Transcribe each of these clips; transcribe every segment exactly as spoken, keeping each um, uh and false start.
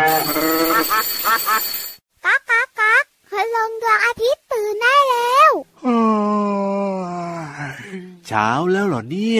ก๊ากก๊ากก๊ากพลังดวงอาทิตย์ตื่นได้แล้วเช้าแล้วเหรอเนี่ย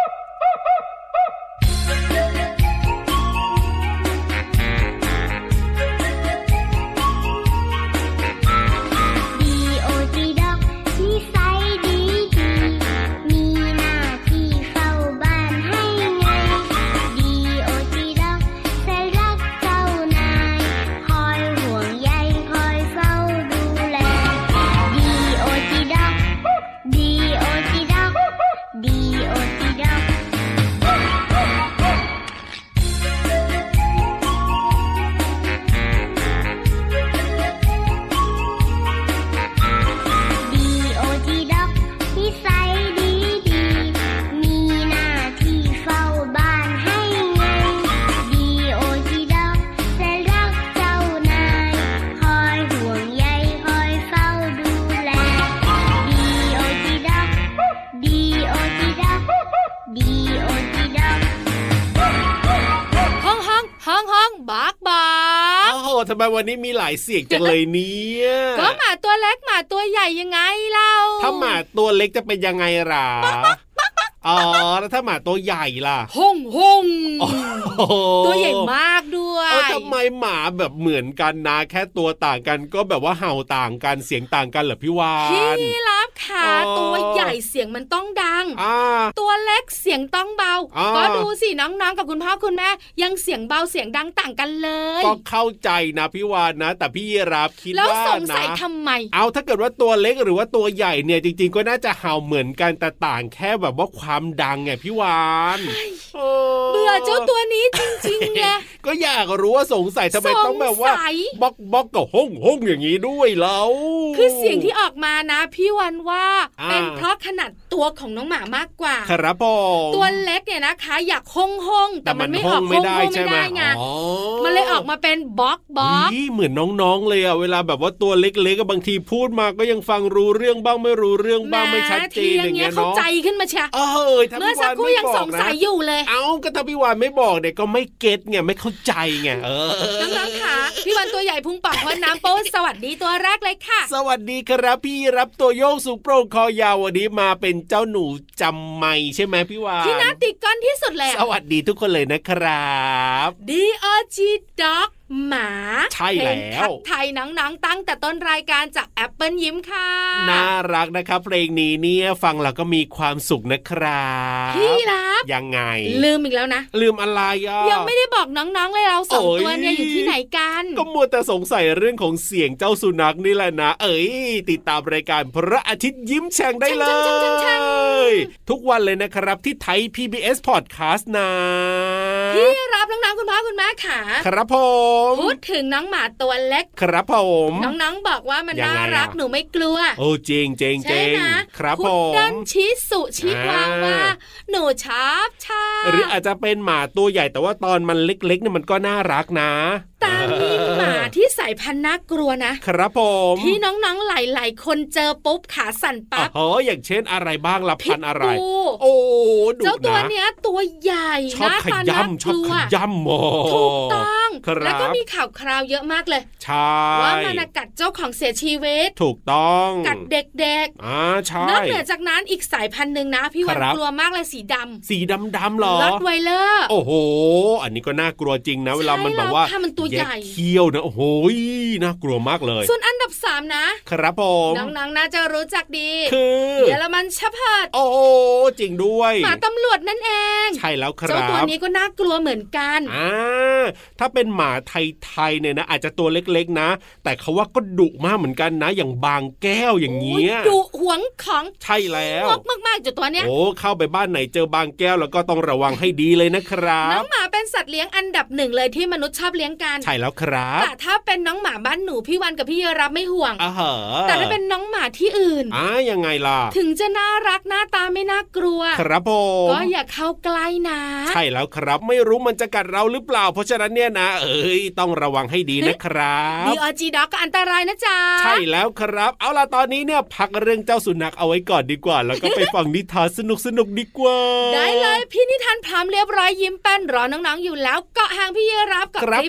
ทำไมวันนี้มีหลายเสียงจังเลยเนี่ยก็หมาตัวเล็กหมาตัวใหญ่ยังไงเล่าถ้าหมาตัวเล็กจะเป็นยังไงล่ะอ๋อแล้วถ้าหมาตัวใหญ่ล่ะฮ่องฮ่องตัวใหญ่มากด้วยเออทำไมหมาแบบเหมือนกันนะแค่ตัวต่างกันก็แบบว่าเห่าต่างกันเสียงต่างกันเหรอพี่วานพี่รับค่ะตัวใหญ่เสียงมันต้องดังตัวเล็กเสียงต้องเบาก็ดูสิน้องๆกับคุณพ่อคุณแม่ยังเสียงเบาเสียงดังต่างกันเลยก็เข้าใจนะพี่วานนะแต่พี่รับคิดว่านะแล้วสงสัยทำไมเอาถ้าเกิดว่าตัวเล็กหรือว่าตัวใหญ่เนี่ยจริงๆก็น่าจะเห่าเหมือนกันแต่ต่างแค่แบบว่าความดังไงพี่วานเบื่อเจ้าตัวนี้จริงๆเลยก็อยากรู้ว่าสงสัยทำไมต้องแบบว่าบ๊อกบ๊อกกับฮ่องฮ่องอย่างนี้ด้วยแล้วคือเสียงที่ออกมานะพี่วันว่าเป็นเพราะขนาดตัวของน้องหมามากกว่าครับผมตัวเล็กเนี่ยนะคะอยากฮ่องฮ่องแต่มันไม่ออกฮ่องฮ่องไม่ได้ไงมันเลยออกมาเป็นบ๊อกบ๊อกนี่เหมือนน้องๆเลยอะเวลาแบบว่าตัวเล็กๆก็บางทีพูดมาก็ยังฟังรู้เรื่องบ้างไม่รู้เรื่องบ้างไม่ชัดเจนอย่างเงี้ยเนาะเข้าใจขึ้นมาเชียเมื่อสักครู่ยังสงสัยอยู่เลยเอ้าก็ถ้าพี่วานไม่บอกเนี่ยก็ไม่เก็ตไงไม่เข้าใจไงเออน้องๆค่ะพี่วานตัวใหญ่พุงป่องเพราะน้ำโป๊สวัสดีตัวแรกเลยค่ะสวัสดีครับพี่รับตัวโยกสูงโปร่งคอยาววันนี้มาเป็นเจ้าหนูจำไม่ใช่ไหมพี่วานที่น่าติดก้อนที่สุดแล้วสวัสดีทุกคนเลยนะครับดีออจีด็อกหมาใช่แล้วไทยน้องๆตั้งแต่ต้นรายการจากแอปเปิลยิ้มค่ะน่ารักนะครับเพลงนี้เนี่ยฟังแล้วก็มีความสุขนะครับพี่รับยังไงลืมอีกแล้วนะลืมอะไรอ่ะยังไม่ได้บอกน้องๆเลยเราสองตัวเนี่ยอยู่ที่ไหนกันก็มัวแต่สงสัยเรื่องของเสียงเจ้าสุนัขนี่แหละนะเอ้ยติดตามรายการพระอาทิตย์ยิ้มแฉ่งได้เลยทุกวันเลยนะครับที่ไทย พี บี เอส Podcast นะพี่รับน้องๆคุณพ่อคุณแม่ค่ะครับผมพูดถึงน้องหมาตัวเล็กครับผมน้องๆบอกว่ามันน่ารักหนูไม่กลัวโอ้จริงจริงจริงครับผมดันชิสุชิวาว่าหนูชอบชอบหรืออาจจะเป็นหมาตัวใหญ่แต่ว่าตอนมันเล็กๆเนี่ยมันก็น่ารักนะแต่มีหมาที่สายพันธุ์น่ากลัวนะครับผมที่น้องๆหลายๆคนเจอปุ๊บขาสั่นปั๊บอ๋ออย่างเช่นอะไรบ้างล่ะพันธุ์อะไรโอ้ดุนะเจ้าตัวเนี้ยตัวใหญ่ชอบขย้ำชอบขย้ำหมอถูกต้องแล้วก็มีข่าวคราวเยอะมากเลยใช่ว่ามันกัดเจ้าของเสียชีวิตถูกต้องกัดเด็กๆอ่าใช่นอกเหนือจากนั้นอีกสายพันธุ์นึงนะพี่วันกลัวมากเลยสีดำสีดำๆหรอลอตไวเลอร์โอ้โหอันนี้ก็น่ากลัวจริงนะเวลามันแบบว่าใหญ่เขี้ยวนะโอ้โหน่ากลัวมากเลยส่วนอันดับสามนะครับผมน้องๆน่าจะรู้จักดีคือเยอรมันชัพเพิร์ดโอ้จริงด้วยหมาตำรวจนั่นเองใช่แล้วครับเจ้าตัวนี้ก็น่ากลัวเหมือนกันอ่าถ้าเป็นหมาไทยๆเนี่ยนะอาจจะตัวเล็กๆนะแต่เขาว่าก็ดุมากเหมือนกันนะอย่างบางแก้วอย่างเงี้ยดุหวงของใช่แล้วมากๆเจ้าตัวเนี้ยโอ้เข้าไปบ้านไหนเจอบางแก้วแล้วก็ต้องระวังให้ดีเลยนะครับน้องหมาเป็นสัตว์เลี้ยงอันดับหนึ่งเลยที่มนุษย์ชอบเลี้ยงกันใช่แล้วครับแต่ถ้าเป็นน้องหมาบ้านหนูพี่วันกับพี่เยรับไม่ห่วงอ่าฮะแต่ถ้าเป็นน้องหมาที่อื่นอ่ายังไงล่ะถึงจะน่ารักหน้าตาไม่น่ากลัวครับผมก็อย่าเข้าใกล้นะใช่แล้วครับไม่รู้มันจะกัดเราหรือเปล่าเพราะฉะนั้นเนี่ยนะเอ้ยต้องระวังให้ดีนะครับดีออจีด็อกก็อันตรายนะจ๊ะใช่แล้วครับเอาล่ะตอนนี้เนี่ยพักเรื่องเจ้าสุนัขเอาไว้ก่อนดีกว่าแล้วก็ไปฟังนิทานสนุกสนุกดีกว่าได้เลยพี่นิทานพร้อมเรียบร้อยยิ้มแป้นรอน้องๆอยู่แล้วเกาะหางพี่เยรับกับพี่พี่วัน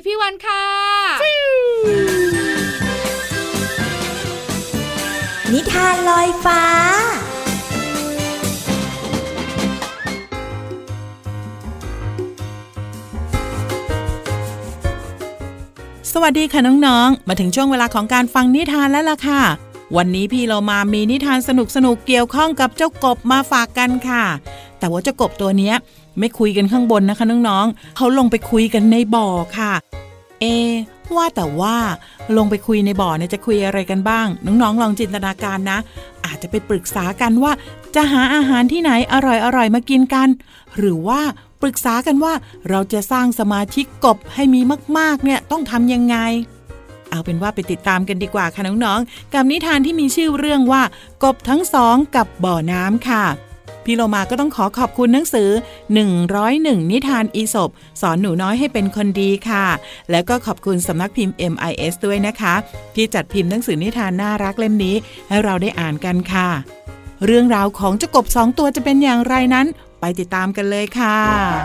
ค่ะนิทานลอยฟ้าสวัสดีค่ะน้องๆมาถึงช่วงเวลาของการฟังนิทานแล้วล่ะค่ะวันนี้พี่เรามามีนิทานสนุกๆเกี่ยวข้องกับเจ้ากบมาฝากกันค่ะแต่ว่าเจ้ากบตัวเนี้ยไม่คุยกันข้างบนนะคะน้องๆเขาลงไปคุยกันในบ่อค่ะเอว่าแต่ว่าลงไปคุยในบ่อเนี่ยจะคุยอะไรกันบ้างน้องๆลองจินตนาการนะอาจจะไปปรึกษากันว่าจะหาอาหารที่ไหนอร่อยๆมากินกันหรือว่าปรึกษากันว่าเราจะสร้างสมาชิกกบให้มีมากๆเนี่ยต้องทำยังไงเอาเป็นว่าไปติดตามกันดีกว่าค่ะน้องๆกับนิทานที่มีชื่อเรื่องว่ากบทั้งสองกับบ่อน้ำค่ะพี่โลมาก็ต้องขอขอบคุณหนังสือหนึ่งร้อยเอ็ดนิทานอีสปสอนหนูน้อยให้เป็นคนดีค่ะแล้วก็ขอบคุณสำนักพิมพ์ เอ็ม ไอ เอส ด้วยนะคะที่จัดพิมพ์หนังสือนิทานน่ารักเล่มนี้ให้เราได้อ่านกันค่ะเรื่องราวของเจ้ากบสองตัวจะเป็นอย่างไรนั้นไปติดตามกันเลยค่ะ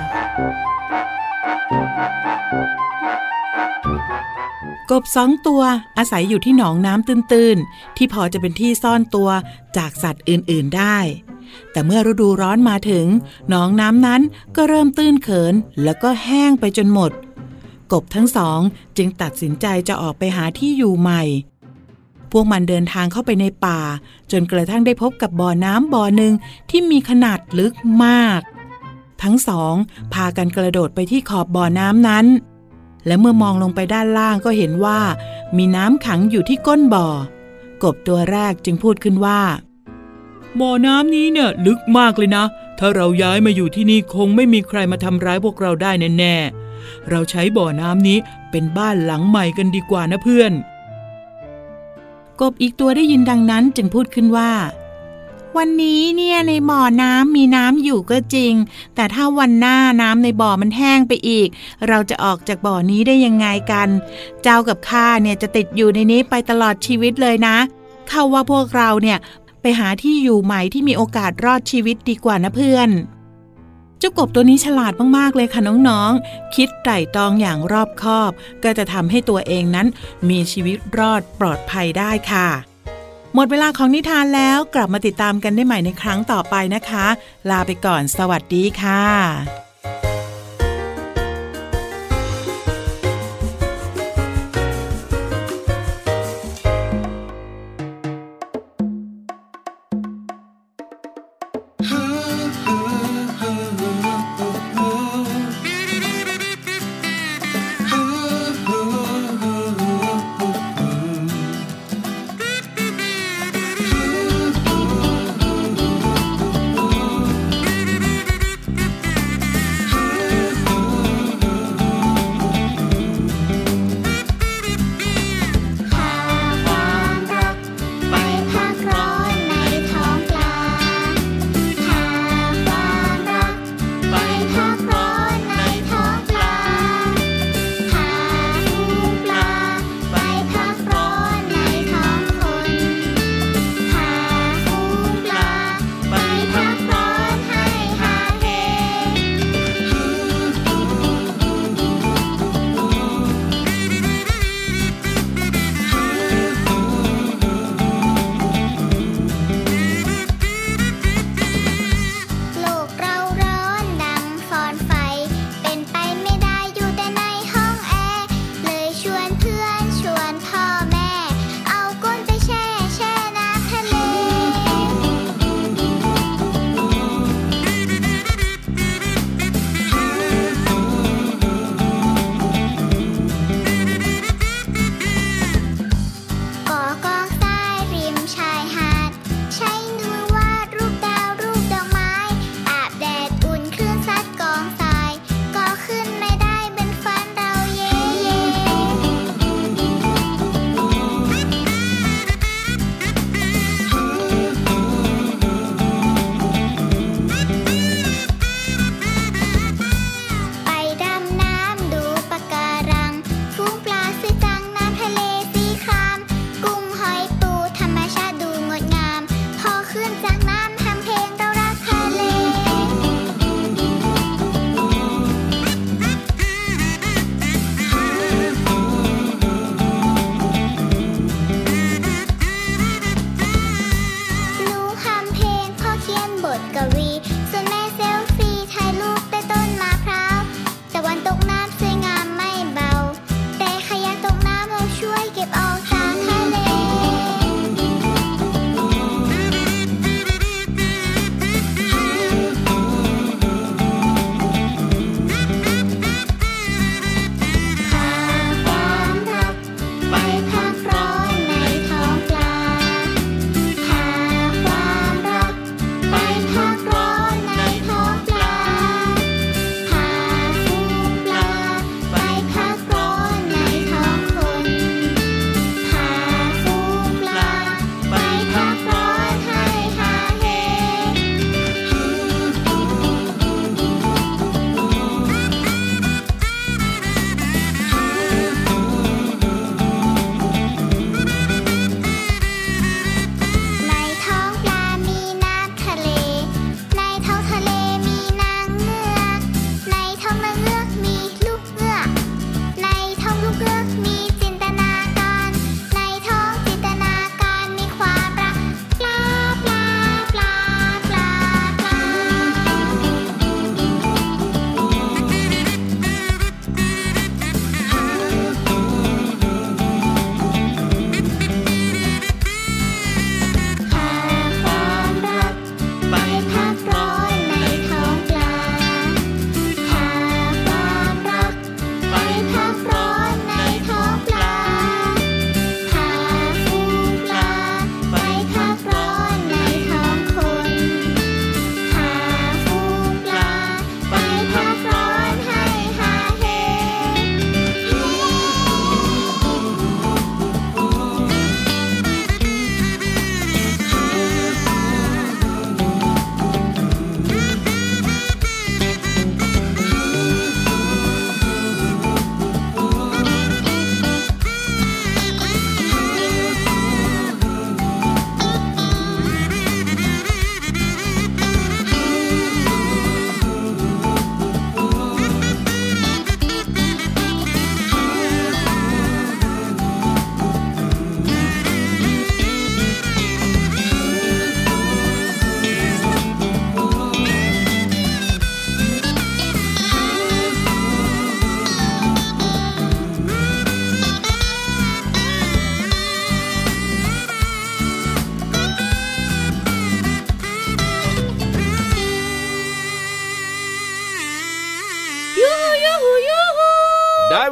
กบสองตัวอาศัยอยู่ที่หนองน้ำตื้นๆที่พอจะเป็นที่ซ่อนตัวจากสัตว์อื่นๆได้แต่เมื่อฤดูร้อนมาถึงหนองน้ำนั้นก็เริ่มตื้นเขินแล้วก็แห้งไปจนหมดกบทั้งสองจึงตัดสินใจจะออกไปหาที่อยู่ใหม่พวกมันเดินทางเข้าไปในป่าจนกระทั่งได้พบกับบ่อน้ำบ่อหนึ่งที่มีขนาดลึกมากทั้งสองพากันกระโดดไปที่ขอบบ่อน้ำนั้นและเมื่อมองลงไปด้านล่างก็เห็นว่ามีน้ำขังอยู่ที่ก้นบ่อกบตัวแรกจึงพูดขึ้นว่าบ่อน้ำนี้เนี่ยลึกมากเลยนะถ้าเราย้ายมาอยู่ที่นี่คงไม่มีใครมาทำร้ายพวกเราได้แน่ๆเราใช้บ่อน้ำนี้เป็นบ้านหลังใหม่กันดีกว่านะเพื่อนกบอีกตัวได้ยินดังนั้นจึงพูดขึ้นว่าวันนี้เนี่ยในบ่อน้ำมีน้ำอยู่ก็จริงแต่ถ้าวันหน้าน้ำในบ่อมันแห้งไปอีกเราจะออกจากบ่อนี้ได้ยังไงกันเจ้ากับข้าเนี่ยจะติดอยู่ในนี้ไปตลอดชีวิตเลยนะเข้าว่าพวกเราเนี่ยไปหาที่อยู่ใหม่ที่มีโอกาสรอดชีวิตดีกว่านะเพื่อนเจ้ากบตัวนี้ฉลาดมากๆเลยค่ะน้องๆคิดไตร่ตรองอย่างรอบคอบก็จะทำให้ตัวเองนั้นมีชีวิตรอดปลอดภัยได้ค่ะหมดเวลาของนิทานแล้วกลับมาติดตามกันได้ใหม่ในครั้งต่อไปนะคะลาไปก่อนสวัสดีค่ะ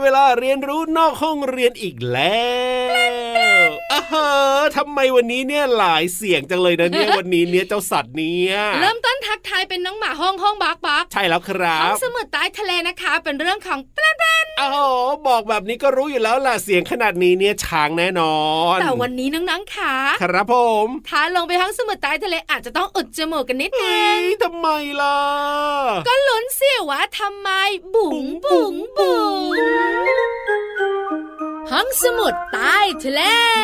วลาเรียนรู้นอกห้องเรียนอีกแล้วอ้าฮะทำไมวันนี้เนี่ยหลายเสียงจังเลยนะเนี่ยวันนี้เนี่ยเจ้าสัตว์เนี่ยเริ่มต้นทักทายเป็นน้องหมาห้องห้องบักบักใช่แล้วครับห้องสมุดใต้ทะเลนะคะเป็นเรื่องของแปลนๆอ้าวบอกแบบนี้ก็รู้อยู่แล้วล่ะเสียงขนาดนี้เนี่ยช้างแน่นอนแต่วันนี้น้องๆค่ะครับผมถ้าลงไปห้องสมุดใต้ทะเลอาจจะต้องอุดจมูกกันนิดนึงทำไมล่ะก็ลุ้นเสียว่าทำไมบุ๋งบุ๋งบุ๋งห้องสมุดใต้ทะเล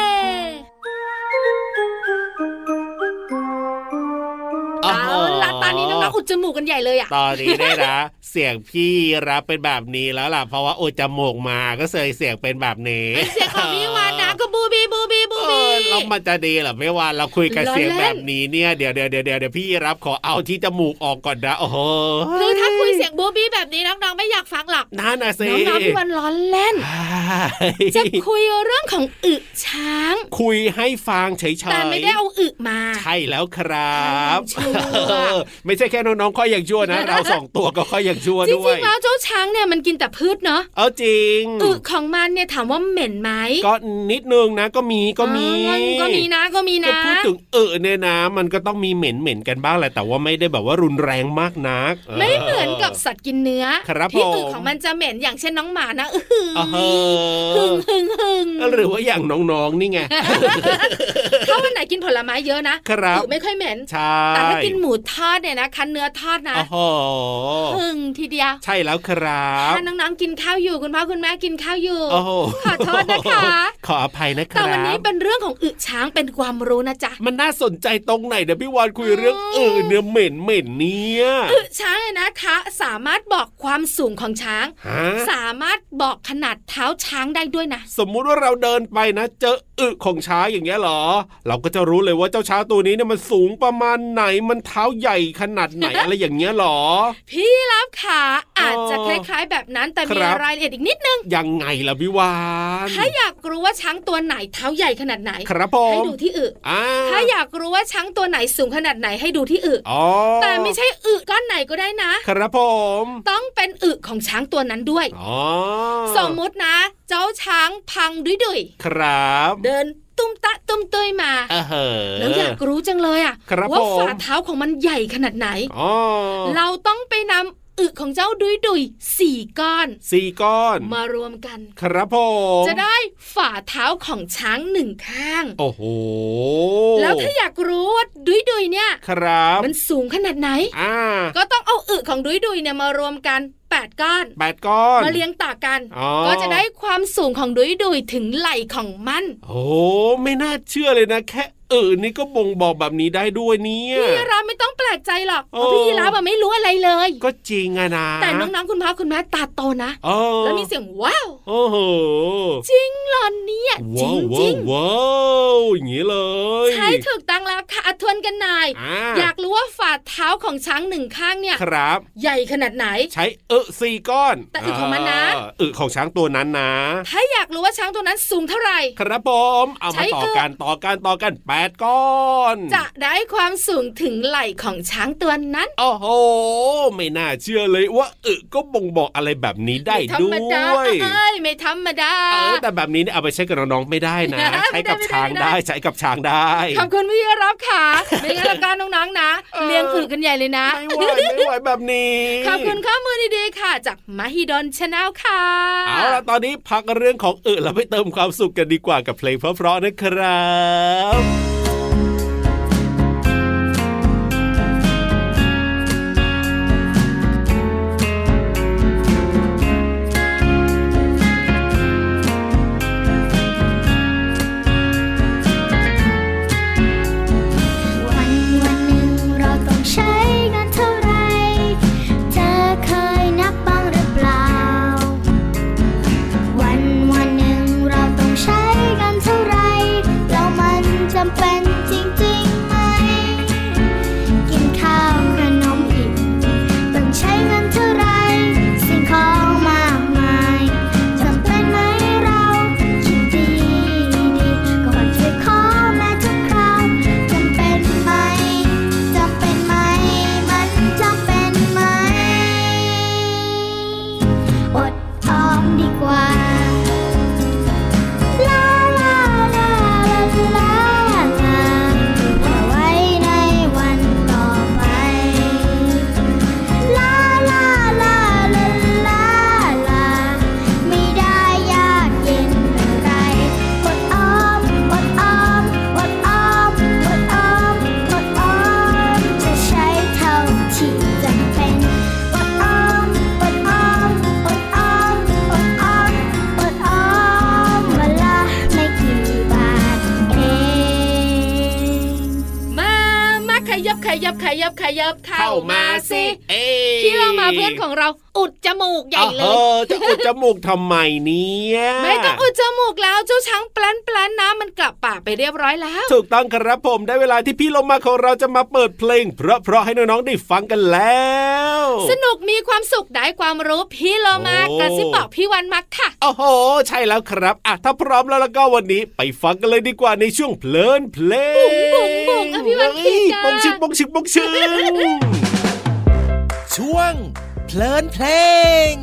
เอาล่ะตอนนี้น้องๆอุดจมูกกันใหญ่เลยอ่ะตอนนี้ได้นะเสียงพี่รับเป็นแบบนี้แล้วล่ะเพราะว่าอุดจมูกมาก็เลยเสียงเป็นแบบนี้เสียงของพี่วานนะก็บูบีบูบีบูบีแล้วมันจะดีเหรอไม่วานเราคุยกันเสียงแบบนี้เนี่ยเดี๋ยวเดี๋ยวเดี๋ยวเดี๋ยวพี่รับขอเอาที่จมูกออกก่อนนะโอ้โหคือถ้าคุยเสียงบูบีแบบนี้น้องๆไม่อยากฟังหรอกนั่นน่ะสิน้องๆพี่วานล้อเล่นจะคุยเรื่องของอึช้างคุยให้ฟังเฉยๆแต่ไม่ได้เอาอึมาใช่แล้วครับไม่ใช่แค่น้องๆค่อยอย่างชั่วนะเราสองตัวก็ค่อยอย่างชั่วด้วยจริงๆแล้วเจ้าช้างเนี่ยมันกินแต่พืชเนาะเออจริงอึของมันเนี่ยถามว่าเหม็นไหมก็นิดนึงนะก็มีก็มีก็มีนะก็มีนะก็พูดถึงอึเนี่ยนะมันก็ต้องมีเหม็นเหม็นกันบ้างแหละแต่ว่าไม่ได้แบบว่ารุนแรงมากนักไม่เหมือนกับสัตว์กินเนื้อที่อึของมันจะเหม็นอย่างเช่นน้องหมานะอึหึ่งหึ่งหึ่งหรือว่าอย่างน้องๆนี่ไงถ้าวันไหนกินผลไม้เยอะนะอึไม่ค่อยเหม็นแต่ถ้ากินหมูทอดเนี่ยนะคั้นเนื้อทอดนะหึ่งทีเดียวใช่แล้วครับถ้าน้องๆกินข้าวอยู่คุณพ่อคุณแม่กินข้าวอยู่ขอโทษนะคะขออภัยนะครับแต่วันนี้เป็นเรื่องของอึช้างเป็นความรู้นะจ๊ะมันน่าสนใจตรงไหนเดี๋ยวพี่วานคุยเรื่องอึเนื้อเหม็นเหม็นเนี่ยอึช้างนะคะสามารถบอกความสูงของช้างสามารถบอกขนาดเท้าช้างได้ด้วยนะสมมุติว่าเราเดินไปนะเจออึของช้างอย่างเงี้ยหรอเราก็จะรู้เลยว่าเจ้าช้างตัวนี้เนี่ยมันสูงประมาณไหนมันเท้าใหญ่ขนาดไหน อะไรอย่างเงี้ยหรอพี่รับขาอาจจะคล้ายๆแบบนั้นแต่มีรายละเอียดอีกนิดนึงยังไงล่ะพี่วานถ้าอยากรู้ว่าช้างตัวไหนเท้าใหญ่ขนาดไหนครับผมให้ดูที่อึถ้าอยากรู้ว่าช้างตัวไหนสูงขนาดไหนให้ดูที่อึแต่ไม่ใช่อึก้อนไหนก็ได้นะครับผมต้องเป็นอึของช้างตัวนั้นด้วยสมมุตินะเจ้าช้างพังดุยดุยครับเดินตุ้มตะตุ้มเตยมาแล้วอยากรู้จังเลยอะว่าฝ่าเท้าของมันใหญ่ขนาดไหนเราต้องไปนำอึของเจ้าดุยดุยสี่ก้อนสี่ก้อนมารวมกันครับผมจะได้ฝ่าเท้าของช้างหนึ่งข้างโอ้โหแล้วถ้าอยากรู้ว่าดุยดุยเนี่ยครับมันสูงขนาดไหนก็ต้องเอาอึของดุยดุยเนี่ยมารวมกันแปดก้อนแปดก้อนมาเรียงต่อกันก็จะได้ความสูงของดุยดุยถึงไหล่ของมันโอ้ไม่น่าเชื่อเลยนะแค่เออนี่ก็บ่งบอกแบบนี้ได้ด้วยเนี่ยพี่รับไม่ต้องแปลกใจหรอกเพราะพี่รับไม่รู้อะไรเลยก็จริงอะนะแต่น้องๆคุณพ่อคุณแม่ตาโตนะแล้วมีเสียงว้าวโอ้โหจริงเหรอเนี่ยจริงจริงว้าวอย่างนี้เลยใช่ถูกตั้งแล้วค่ะทวนกันหน่อยอยากรู้ว่าฝ่าเท้าของช้างหนึ่งข้างเนี่ยครับใหญ่ขนาดไหนใช้เออสี่ก้อนแต่อึของมันนะอึของช้างตัวนั้นนะถ้าอยากรู้ว่าช้างตัวนั้นสูงเท่าไหร่ครับผมเอามาต่อกันต่อกันต่อกันแปดก้อนจะได้ความสูงถึงไหล่ของช้างตัวนั้นโอ้โหไม่น่าเชื่อเลยว่าอึก็บ่งบอกอะไรแบบนี้ได้ด้วยเอ้ยไม่ธรรมดาเออแต่แบบนี้เนี่ยเอาไปใช้กับน้องๆไม่ได้นะใช้กับช้างได้ใช้กับช้างได้ขอบคุณพี่รับค่ะไม่งั้นละกันน้องๆนะเลี้ยงอึกันใหญ่เลยนะไม่ไหวไม่ไหวแบบนี้ขอบคุณข้อมูลดีๆค่ะจากมหิดล Channel ค่ะเอาล่ะตอนนี้พักเรื่องของอึแล้วไปเติมความสุขกันดีกว่ากับเพลงเพราะๆนะครับเป็นยับขยับเข้ามาสิพี่เรามาเพื่อนของเราอุดจมูกใหญ่เลยเออจะอุดจมูกทำไมเนี่ยไม่ต้องอุดจมูกแล้วเจ้าช้างแปลนแปลนน้ำมันกลับป่าไปเรียบร้อยแล้วถูกต้องครับผมได้เวลาที่พี่โลมาของเราจะมาเปิดเพลงเพราะๆให้น้องๆได้ฟังกันแล้วสนุกมีความสุขได้ความรู้พี่โลมากระซิบบอกพี่วันมาค่ะโอ้โหใช่แล้วครับอ่ะถ้าพร้อมแล้วแล้วก็วันนี้ไปฟังกันเลยดีกว่าในช่วงเพลินเพลงบุ๋งบุ๋งอ่ะพี่วันคิดปงชิงปงชิงปงชิงช่วงเพลินเพลง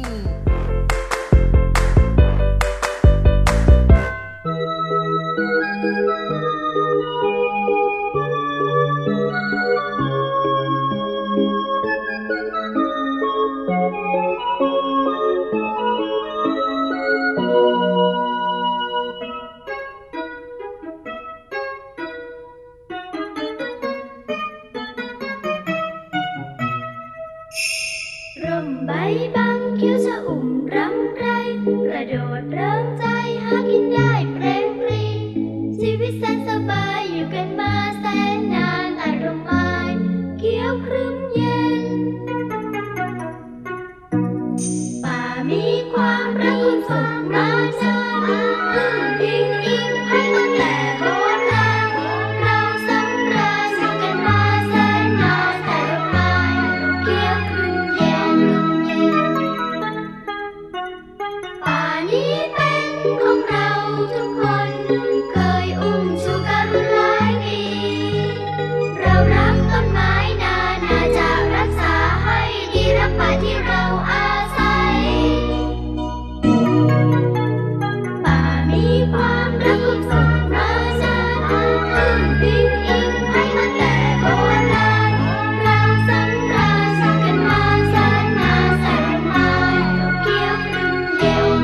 ใบบังคิ้วชะอุ่มรำไรกระโดดเริ่มใจหากินได้เปรมปรีชีวิตแสนสบายอยู่กันมาแสนนานใต้ร่มไม้เขียวครึ้มเย็นป่ามีความรักสุขมานานพึ่งพิงอิงให้ตั้งแต่โบราณเราสำราญอยู่กันมาแสนนานใต้ร่มไม้เขียวครึ้มเย็นป่านี้เป็นของเราทุกคนเคยอุ้มชูกันหลายปีเรารักต้นไม้นานาจะรักษาให้ดีรักป่าที่เราอาศัยป่ามีความรักสุขมานานพึ่งพิงอิงให้มาแต่โบราณเราสำราญอยู่กันมาแสนนานใต้ร่มไม้เขียวครึ้มเย็น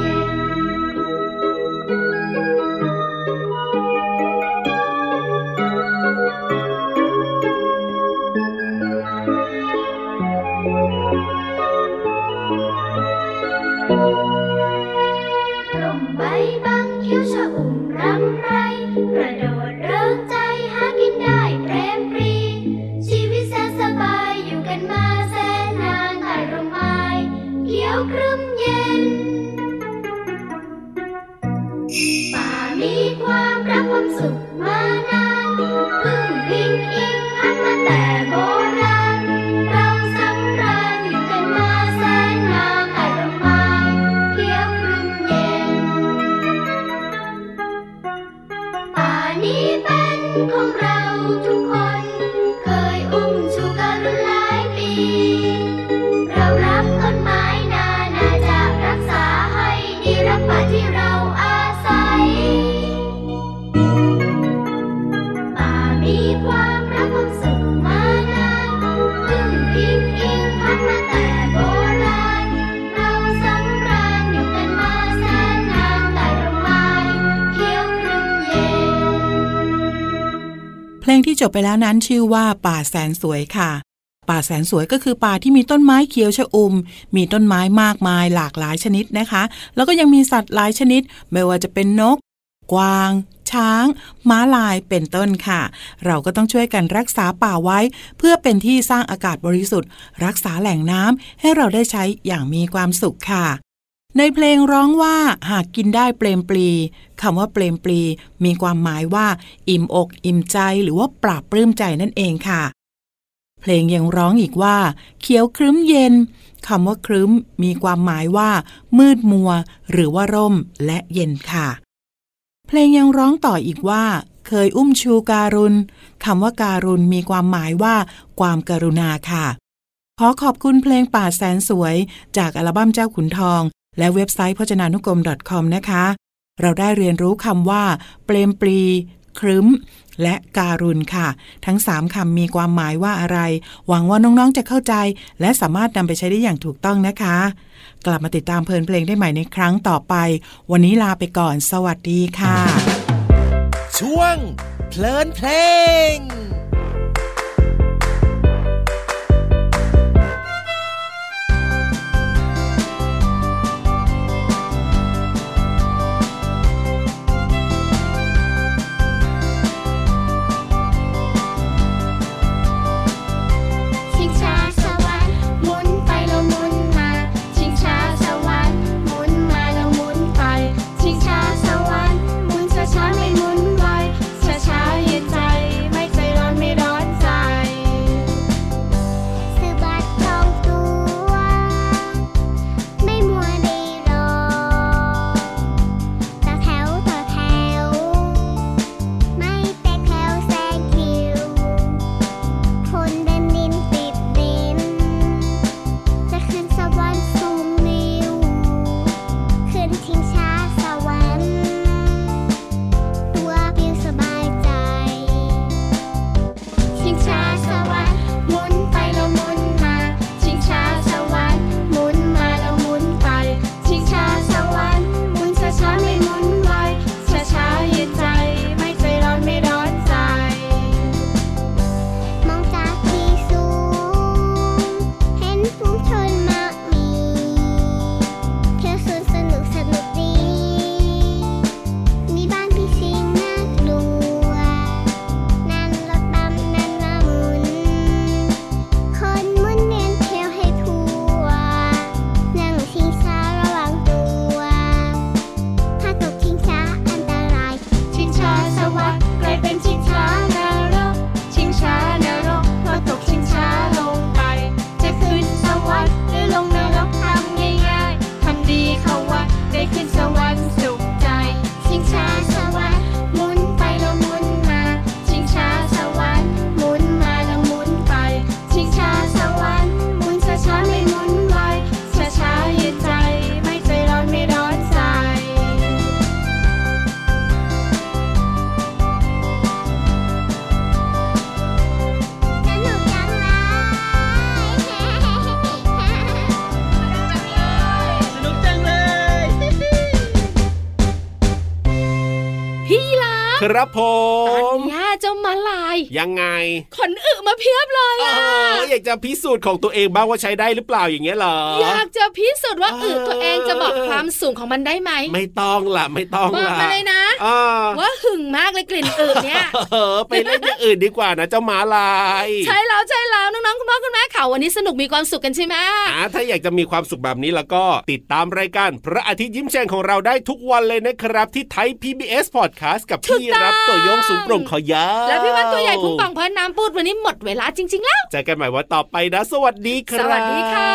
ร่มใบบังคิ้วชะอุ่มรำไรกระโดดเริงใจหากินได้เปรมปรีชีวิตแสนสบายอยู่กันมาแสนนานใต้ร่มไม้เขียวครึ้มเย็นป่ามีความรักความสุขมานานพึ่งพิงอิงพันมาแต่โบราณเราสำราญอยู่กันมาแสนนานใต้ร่มไม้เขียวครึ้มเย็นป่านี้เป็นของเราทุกคนเคยอุ้มชูกันหลายปีเรารักต้นไม้นานาจะรักษาให้ดีรักป่าที่เราอาศัยป่ามีความรักความสุขมานานพึ่งพิงอิงพันมาแต่โบราณเราสำราญอยู่กันมาแสนนานใต้ร่มไม้เขียวครึ้มเย็นเพลงที่จบไปแล้วนั้นชื่อว่าป่าแสนสวยค่ะป่าแสนสวยก็คือป่าที่มีต้นไม้เขียวชอุ่มมีต้นไม้มากมายหลากหลายชนิดนะคะแล้วก็ยังมีสัตว์หลายชนิดไม่ว่าจะเป็นนกกวางช้างม้าลายเป็นต้นค่ะเราก็ต้องช่วยกันรักษาป่าไว้เพื่อเป็นที่สร้างอากาศบริสุทธิ์รักษาแหล่งน้ำให้เราได้ใช้อย่างมีความสุขค่ะในเพลงร้องว่าหากกินได้เปรมปรีคำว่าเปรมปรีมีความหมายว่าอิ่มอกอิ่มใจหรือว่าปราบปลื้มใจนั่นเองค่ะเพลงยังร้องอีกว่าเขียวครึ้มเย็นคำว่าครึ้มมีความหมายว่ามืดมัวหรือว่าร่มและเย็นค่ะเพลงยังร้องต่ออีกว่าเคยอุ้มชูการุณคำว่าการุณมีความหมายว่าความกรุณาค่ะขอขอบคุณเพลงป่าแสนสวยจากอัลบั้มเจ้าขุนทองและเว็บไซต์พจนานุกรม .com นะคะเราได้เรียนรู้คำว่าเปรมปรีครึ้มและการุณค่ะทั้งสามคำมีความหมายว่าอะไรหวังว่าน้องๆจะเข้าใจและสามารถนำไปใช้ได้อย่างถูกต้องนะคะกลับมาติดตามเพลินเพลงได้ใหม่ในครั้งต่อไปวันนี้ลาไปก่อนสวัสดีค่ะช่วงเพลินเพลงเพี่ลาครับผมตอนนี้เจ้ามาลายยังไงขนอึมาเพียบเลยอ่ะอยากจะพิสูจน์ของตัวเองบ้างว่าใช้ได้หรือเปล่าอย่างเงี้ยเหรออยากจะพิสูจน์ว่าอึตัวเองจะบอกความสูงของมันได้ไหมไม่ต้องล่ะไม่ต้องล่ะบอกมาเลยนะว่าหึงมากเลยกลิ่นอึเนี่ยไปเล่นอย่างอื่นดีกว่านะเจ้ามาลายใช่แล้วใช่แล้วน้องๆคุณพ่อคุณแม่ข่าววันนี้สนุกมีความสุขกันใช่ไหมอ่าถ้าอยากจะมีความสุขแบบนี้แล้วก็ติดตามรายการพระอาทิตย์ยิ้มแฉ่งของเราได้ทุกวันเลยนะครับที่ไทย พี บี เอส Podcast กับพี่รับตัวโยงสูงโปร่งคอยาวและพี่วันตัวใหญ่พุงป่องพอน้ำปูดวันนี้หมดเวลาจริงๆแล้วเจอกันใหม่วันต่อไปนะสวัสดีครับสวัสดีค่ะ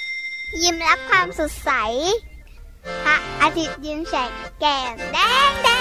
ยิ้มรับความสดใสพระอาทิตย์ยิ้มแฉกแก้มแดงแดง